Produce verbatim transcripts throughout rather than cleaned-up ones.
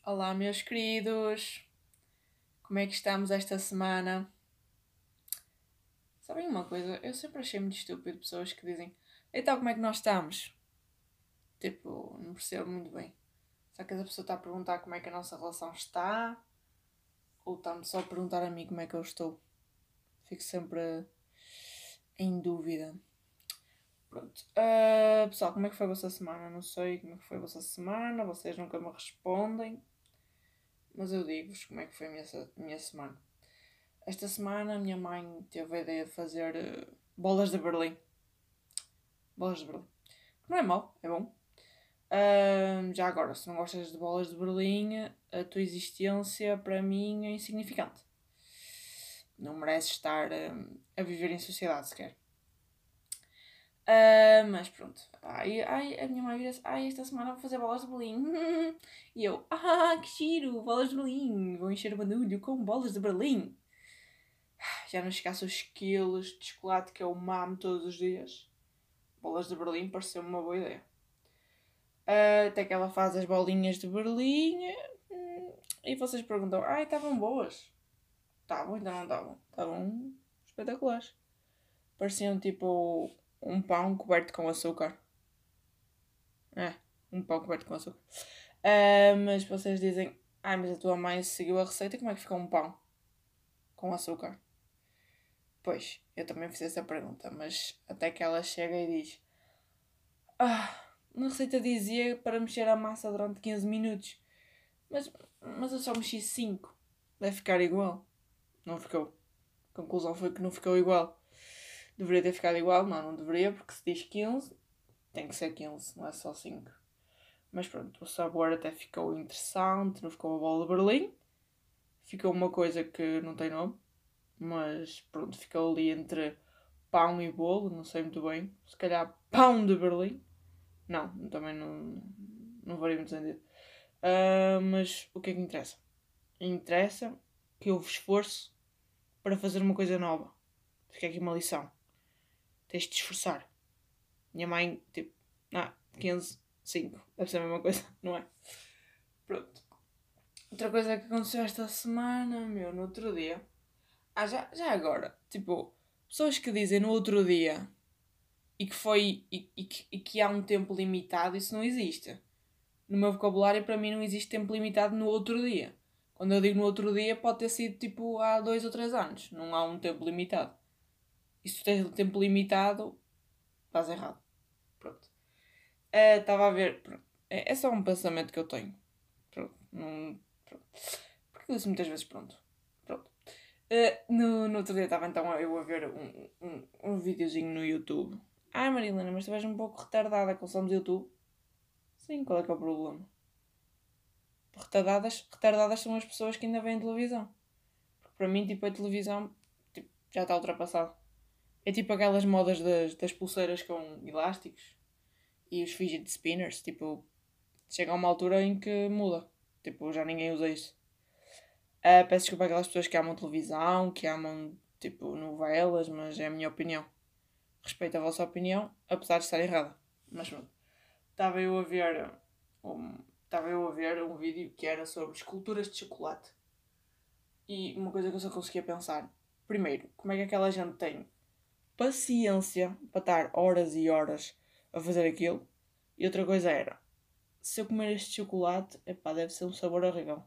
Olá, meus queridos! Como é que estamos esta semana? Sabem uma coisa? Eu sempre achei muito estúpido pessoas que dizem então como é que nós estamos? Tipo, não percebo muito bem. Será que essa pessoa está a perguntar como é que a nossa relação está? Ou está-me só a perguntar a mim como é que eu estou? Fico sempre em dúvida. Pronto. Uh, pessoal, como é que foi a vossa semana? Não sei como é que foi a vossa semana. Vocês nunca me respondem. Mas eu digo-vos como é que foi a minha, a minha semana. Esta semana a minha mãe teve a ideia de fazer uh, bolas de Berlim. Bolas de Berlim. Não é mau, é bom. Uh, já agora, se não gostas de bolas de Berlim, a tua existência para mim é insignificante. Não mereces estar uh, a viver em sociedade sequer. Uh, mas pronto. Ai, ai, a minha mãe vira-se, ai, esta semana vou fazer bolas de Berlim. E eu, ah, que giro, bolas de Berlim. Vou encher o bandulho com bolas de Berlim. Já não esqueço os quilos de chocolate que eu mamo todos os dias. Bolas de Berlim pareceu-me uma boa ideia. Uh, até que ela faz as bolinhas de Berlim hum, e vocês perguntam, ai, estavam boas? Estavam, ainda não estavam. Estavam espetaculares. Pareciam tipo um pão coberto com açúcar. É, um pão coberto com açúcar. Uh, mas vocês dizem, ai, mas a tua mãe seguiu a receita, como é que ficou um pão com açúcar? Pois, eu também fiz essa pergunta, mas até que ela chega e diz: Ah, na receita dizia para mexer a massa durante quinze minutos, mas, mas eu só mexi cinco. Deve ficar igual. Não ficou. A conclusão foi que não ficou igual. Deveria ter ficado igual? Não, não deveria, porque se diz quinze, tem que ser quinze, não é só cinco. Mas pronto, o sabor até ficou interessante, não ficou a bola de Berlim. Ficou uma coisa que não tem nome. Mas pronto, ficou ali entre pão e bolo, não sei muito bem. Se calhar pão de Berlim. Não, também não, não varia muito sentido. Uh, mas o que é que interessa? Interessa que houve esforço para fazer uma coisa nova. Fica aqui uma lição. Tens de te esforçar. Minha mãe, tipo, ah, quinze, cinco. Deve ser a mesma coisa, não é? Pronto. Outra coisa que aconteceu esta semana, meu, no outro dia. Ah, já, já agora, tipo, pessoas que dizem no outro dia e que foi e, e, que, e que há um tempo limitado, isso não existe. No meu vocabulário, para mim, não existe tempo limitado no outro dia. Quando eu digo no outro dia, pode ter sido tipo há dois ou três anos. Não há um tempo limitado. E se tu tens um tempo limitado, estás errado. Pronto. Estava uh, a ver. Pronto. É, é só um pensamento que eu tenho. Pronto. Não, pronto. Porque eu disse muitas vezes pronto. Pronto. Uh, no, no outro dia estava então eu a ver um, um, um videozinho no YouTube. Ai Marilena, mas tu és um pouco retardada com somos YouTube. Sim, qual é que é o problema? Retardadas, retardadas são as pessoas que ainda veem televisão. Porque para mim, tipo, a televisão tipo, já está ultrapassada. É tipo aquelas modas das, das pulseiras com elásticos e os fidget spinners. Tipo, chega a uma altura em que muda. Tipo, já ninguém usa isso. Uh, peço desculpa àquelas pessoas que amam televisão, que amam, tipo, novelas, mas é a minha opinião. Respeito a vossa opinião, apesar de estar errada. Mas pronto. Estava eu a ver um, estava eu a ver um vídeo que era sobre esculturas de chocolate. E uma coisa que eu só conseguia pensar. Primeiro, como é que aquela gente tem paciência para estar horas e horas a fazer aquilo? E outra coisa era, se eu comer este chocolate, epá, deve ser um sabor horrível.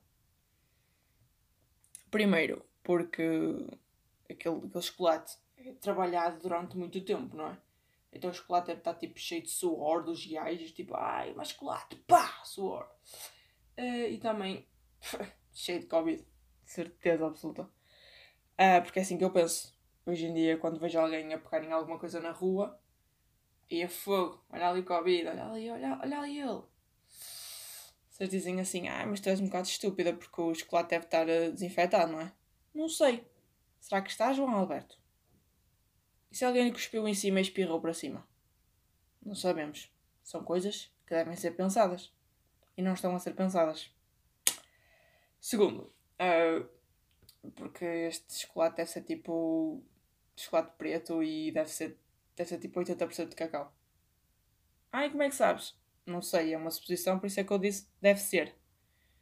Primeiro, porque aquele, aquele chocolate é trabalhado durante muito tempo, não é? Então o chocolate deve estar tipo cheio de suor dos gajos, tipo, ai, mais chocolate, pá, suor. Uh, e também cheio de Covid, certeza absoluta. Uh, porque é assim que eu penso. Hoje em dia, quando vejo alguém a pegar em alguma coisa na rua, e a fogo, olha ali o Covid, olha ali, olha, olha ali ele. Vocês dizem assim, ah, mas tu és um bocado estúpida porque o chocolate deve estar uh, desinfetado, não é? Não sei. Será que está, João Alberto? E se alguém lhe cuspiu em cima e espirrou para cima? Não sabemos. São coisas que devem ser pensadas. E não estão a ser pensadas. Segundo, uh, porque este chocolate deve ser tipo chocolate preto e deve ser, deve ser tipo oitenta por cento de cacau. Ai, como é que sabes? Não sei, é uma suposição, por isso é que eu disse deve ser.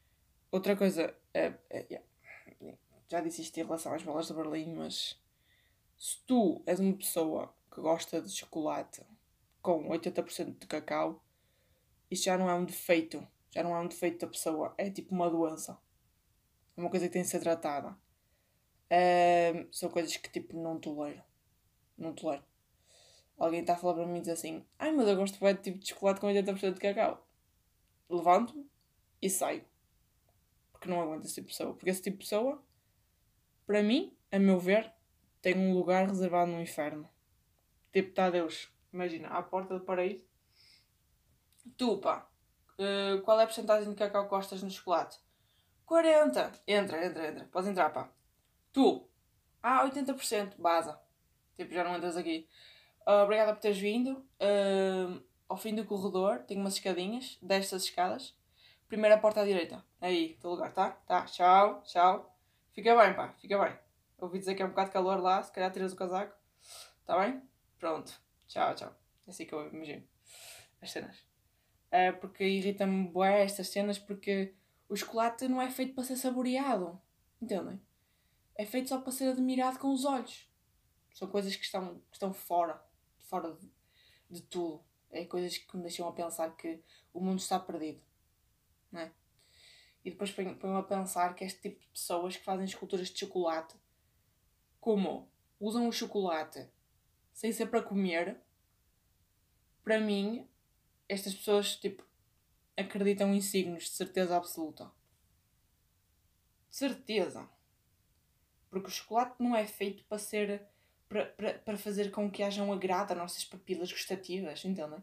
Outra coisa, é, é, yeah, já disse isto em relação às bolas de Berlim, mas se tu és uma pessoa que gosta de chocolate com oitenta por cento de cacau, isso já não é um defeito. Já não é um defeito da pessoa. É tipo uma doença. É uma coisa que tem de ser tratada. Um, são coisas que tipo não tolero. Não tolero. Alguém está a falar para mim e diz assim: ai, mas eu gosto de tipo de chocolate com oitenta por cento de cacau. Levanto-me e saio. Porque não aguento esse tipo de pessoa. Porque esse tipo de pessoa, para mim, a meu ver, tem um lugar reservado no inferno. Tipo, está Deus, imagina, à porta do paraíso. Tu, pá, uh, qual é a porcentagem de cacau que gostas no chocolate? quarenta. Entra, entra, entra. Podes entrar, pá. Tu. Ah, oitenta por cento. Baza. Tipo, já não entras aqui. Uh, obrigada por teres vindo. Uh, ao fim do corredor, tenho umas escadinhas. Destas escadas. Primeira porta à direita. Aí, teu lugar, tá? Tá. Tchau, tchau. Fica bem, pá. Fica bem. Ouvi dizer que é um bocado de calor lá. Se calhar tiras o casaco. Tá bem? Pronto. Tchau, tchau. É assim que eu imagino. As cenas. É porque irrita-me bué estas cenas porque o chocolate não é feito para ser saboreado. Entendem? É feito só para ser admirado com os olhos. São coisas que estão, que estão fora. Fora de, de tudo. É coisas que me deixam a pensar que o mundo está perdido. Não é? E depois ponho-me a pensar que este tipo de pessoas que fazem esculturas de chocolate, como usam o chocolate sem ser para comer, para mim, estas pessoas, tipo, acreditam em signos, de certeza absoluta. De certeza. Porque o chocolate não é feito para ser... Para, para, para fazer com que haja um agrado às nossas papilas gustativas, entendem?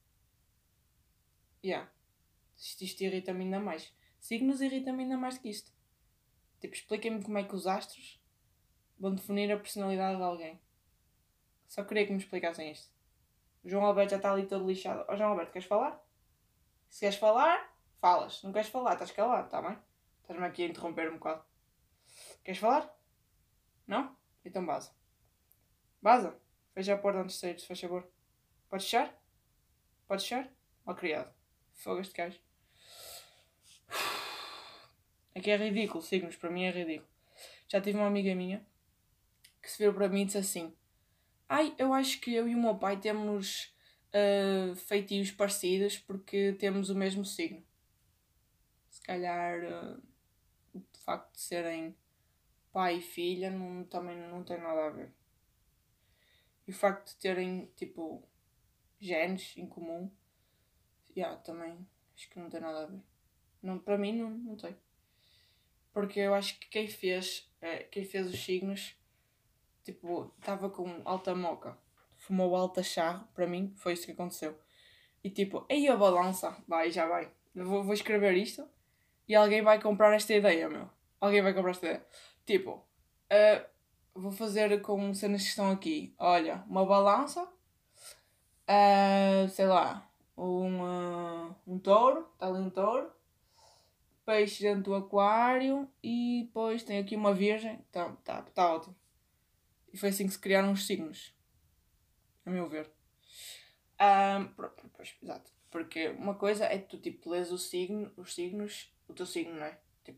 Yeah. Isto, isto irrita-me ainda mais. Signos irrita-me ainda mais do que isto. Tipo, expliquem-me como é que os astros vão definir a personalidade de alguém. Só queria que me explicassem isto. O João Alberto já está ali todo lixado. Ó, João Alberto, queres falar? Se queres falar, falas. Não queres falar, estás calado, está bem? Estás-me aqui a interromper um bocado. Queres falar? Não? Então baza. Baza. Fecha a porta antes de sair, se faz favor. Podes fechar? Podes fechar? Ó criado. Fogo este gajo. Aqui é ridículo, signos, para mim é ridículo. Já tive uma amiga minha que se virou para mim e disse assim: ai, eu acho que eu e o meu pai temos uh, feitios parecidos porque temos o mesmo signo. Se calhar uh, o facto de serem pai e filha não, também não tem nada a ver. E o facto de terem, tipo, genes em comum, yeah, também acho que não tem nada a ver. Não, para mim não, não tem. Porque eu acho que quem fez, é, quem fez os signos, tipo, estava com alta moca. Fumou alta charro, para mim, foi isso que aconteceu. E tipo, aí a balança, vai, já vai. Eu vou, vou escrever isto e alguém vai comprar esta ideia, meu. Alguém vai comprar esta ideia. Tipo, uh, vou fazer com cenas que estão aqui. Olha, uma balança, uh, sei lá, um, uh, um touro, está ali um touro, peixe dentro do aquário e depois tem aqui uma virgem. Então, tá, tá ótimo. E foi assim que se criaram os signos, a meu ver. Um, pois, exato. Porque uma coisa é tu tipo lês o signo, os signos, o teu signo, não é? Tipo,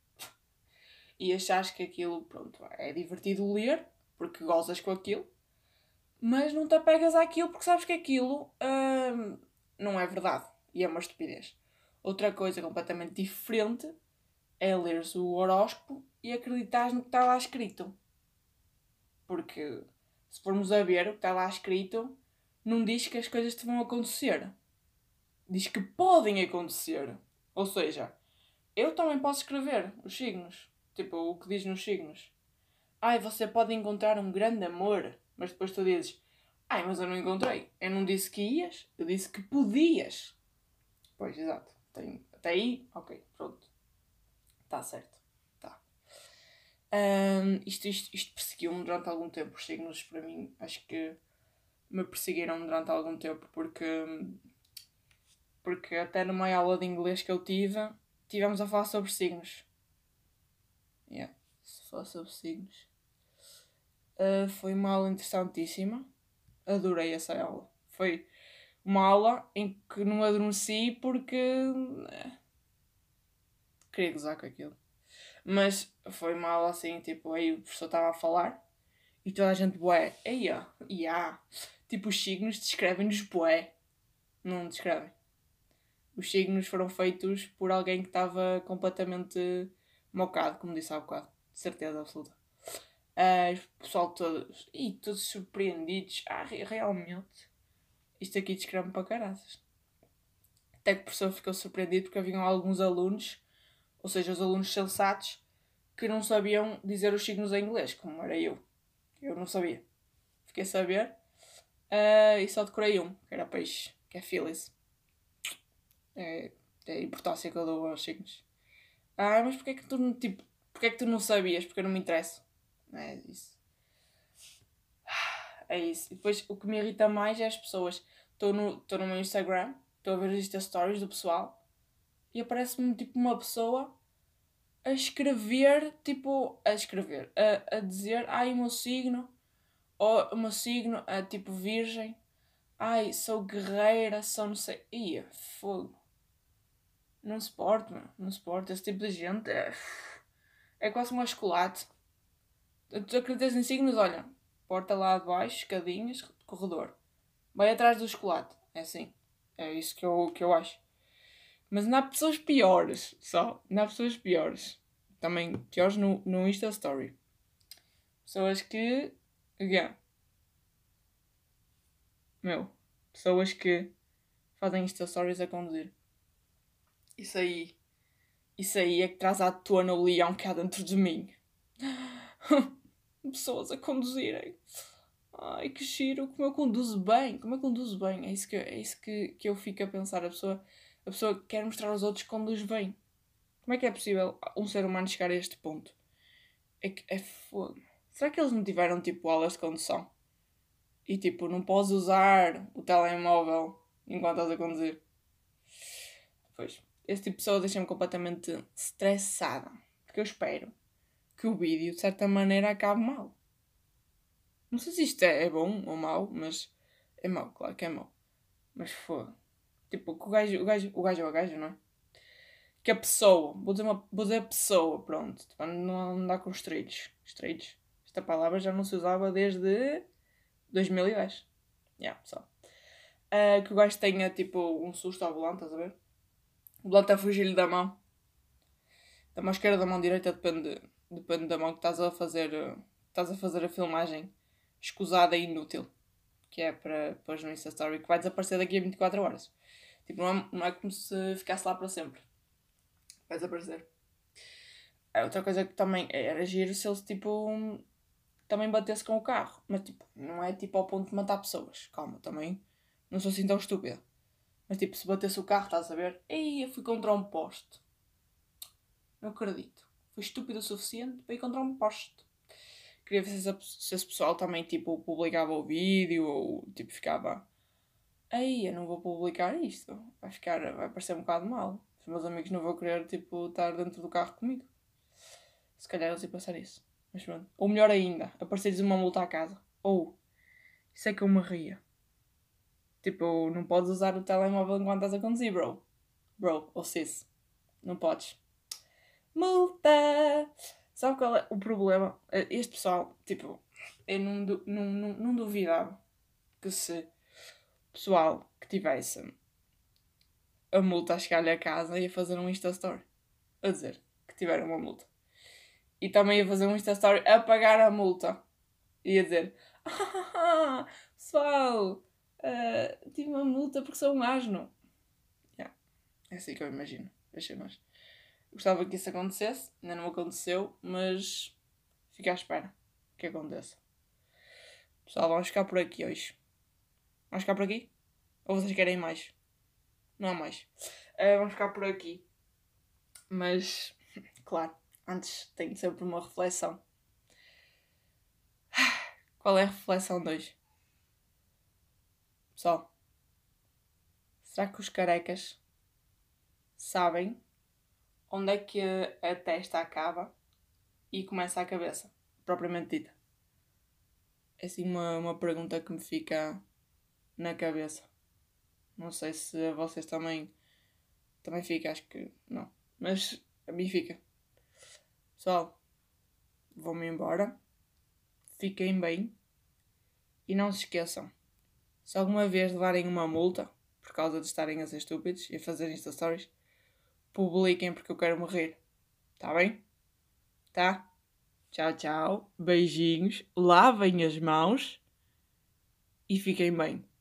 e achares que aquilo, pronto, é divertido ler, porque gozas com aquilo, mas não te apegas àquilo porque sabes que aquilo hum, não é verdade e é uma estupidez. Outra coisa completamente diferente é leres o horóscopo e acreditares no que está lá escrito. Porque se formos a ver o que está lá escrito, não diz que as coisas te vão acontecer. Diz que podem acontecer. Ou seja, eu também posso escrever os signos. Tipo, o que diz nos signos. Ai, você pode encontrar um grande amor. Mas depois tu dizes, ai, mas eu não encontrei. Eu não disse que ias, eu disse que podias. Pois, exato. Tem, até aí, ok, pronto. Está certo. Tá. Um, isto, isto, isto perseguiu-me durante algum tempo. Os signos, para mim, acho que me perseguiram durante algum tempo. Porque, porque até numa aula de inglês que eu tive, tivemos a falar sobre signos. Yeah, se falar sobre signos. Uh, foi uma aula interessantíssima. Adorei essa aula. Foi uma aula em que não adormeci porque uh, Queria gozar com aquilo. Mas foi mal assim, tipo, aí o professor estava a falar e toda a gente, bué, aí ó, e há. Tipo, os signos descrevem-nos bué. Não descrevem. Os signos foram feitos por alguém que estava completamente mocado, como disse há bocado. De certeza absoluta. Uh, o pessoal todos, e todos surpreendidos. Ah, realmente. Isto aqui descreve-me para caraças. Até que o professor ficou surpreendido porque haviam alguns alunos, ou seja, os alunos sensatos, que não sabiam dizer os signos em inglês, como era eu. Eu não sabia. Fiquei a saber. Uh, e só decorei um, que era peixe, que é Phyllis. É, é a importância que eu dou aos signos. Ah, mas porquê é que tu, tipo, porquê é que tu não sabias? Porque eu não me interesso. Não é isso. É isso. E depois o que me irrita mais é as pessoas. Estou no, tô no meu Instagram, estou a ver as Insta Stories do pessoal e aparece-me tipo uma pessoa a escrever, tipo, a escrever, a, a dizer, ai, o meu signo, ou o meu signo, a tipo virgem, ai, sou guerreira, sou não sei. Ia, fogo. Não suporto, meu. Não suporto. Esse tipo de gente é, é quase um chocolate. Tu acreditas em signos? Olha, porta lá de baixo, escadinhas, corredor. Vai atrás do chocolate. É assim. É isso que eu, que eu acho. Mas não há pessoas piores, só. Não há pessoas piores. Também piores no, no Insta Story. Pessoas que... Again. Meu. Pessoas que fazem Insta Stories a conduzir. Isso aí... Isso aí é que traz à tona o leão que há dentro de mim. Pessoas a conduzirem. Ai, que giro, como eu conduzo bem, como eu conduzo bem. É isso que, é isso que, que eu fico a pensar. A pessoa, a pessoa quer mostrar aos outros que conduz bem. Como é que é possível um ser humano chegar a este ponto? É que é fogo. Será que eles não tiveram, tipo, aulas de condução? E, tipo, não podes usar o telemóvel enquanto estás a conduzir? Pois, esse tipo de pessoa deixa-me completamente estressada. Porque eu espero que o vídeo, de certa maneira, acabe mal. Não sei se isto é, é bom ou mau, mas é mau, claro que é mau. Mas foda. Tipo, que o gajo, o gajo, o gajo é o gajo, não é? Que a pessoa, vou dizer, uma, vou dizer a pessoa, pronto, para não andar com estreitos. Estreitos. Esta palavra já não se usava desde dois mil e dez. Já, yeah, pessoal. Uh, que o gajo tenha, tipo, um susto ao volante, estás a ver? O volante a fugir-lhe da mão. Da mão esquerda, da mão direita, depende, depende da mão que estás a fazer, uh, estás a fazer a filmagem escusada e inútil. Que é para pôr no Insta Story, que vai desaparecer daqui a vinte e quatro horas. Tipo, não é, não é como se ficasse lá para sempre. Vai desaparecer. É outra coisa que também era giro se eles, tipo, também batesse com o carro. Mas, tipo, não é, tipo, ao ponto de matar pessoas. Calma, também não sou assim tão estúpida. Mas, tipo, se batesse o carro, estás a ver? Ei, eu fui contra um poste. Não acredito. Fui estúpido o suficiente para ir contra um poste. Queria ver se, se esse pessoal também, tipo, publicava o vídeo ou, tipo, ficava... Ei, eu não vou publicar isto. Vai ficar... Vai parecer um bocado mal. Os meus amigos não vão querer, tipo, estar dentro do carro comigo. Se calhar eles iam passar isso. Mas pronto. Ou melhor ainda, aparecer-lhes uma multa à casa. Ou... Isso é que eu me ria. Tipo, não podes usar o telemóvel enquanto estás a conduzir, bro. Bro, ou sis. Não podes. Multa! Sabe qual é o problema? Este pessoal, tipo, eu não, não, não, não duvidava que se o pessoal que tivesse a multa a chegar-lhe a casa ia fazer um Insta Story a dizer que tiveram uma multa. E também ia fazer um Insta Story a pagar a multa. Ia dizer, ah, pessoal, uh, tive uma multa porque sou um asno. Yeah, é assim que eu imagino. Deixa mais. Gostava que isso acontecesse, ainda não aconteceu, mas fica à espera que aconteça. Pessoal, vamos ficar por aqui hoje. Vamos ficar por aqui? Ou vocês querem mais? Não há mais. Uh, vamos ficar por aqui. Mas, claro, antes tenho sempre uma reflexão. Qual é a reflexão de hoje? Pessoal, será que os carecas sabem onde é que a testa acaba e começa a cabeça, propriamente dita? É assim uma, uma pergunta que me fica na cabeça. Não sei se vocês também também fica, acho que não. Mas A mim fica. Pessoal, vou-me embora. Fiquem bem. E não se esqueçam. Se alguma vez levarem uma multa por causa de estarem a ser estúpidos e a fazerem Insta Stories, publiquem porque eu quero morrer. Tá bem? Tá? Tchau, tchau. Beijinhos. Lavem as mãos. E fiquem bem.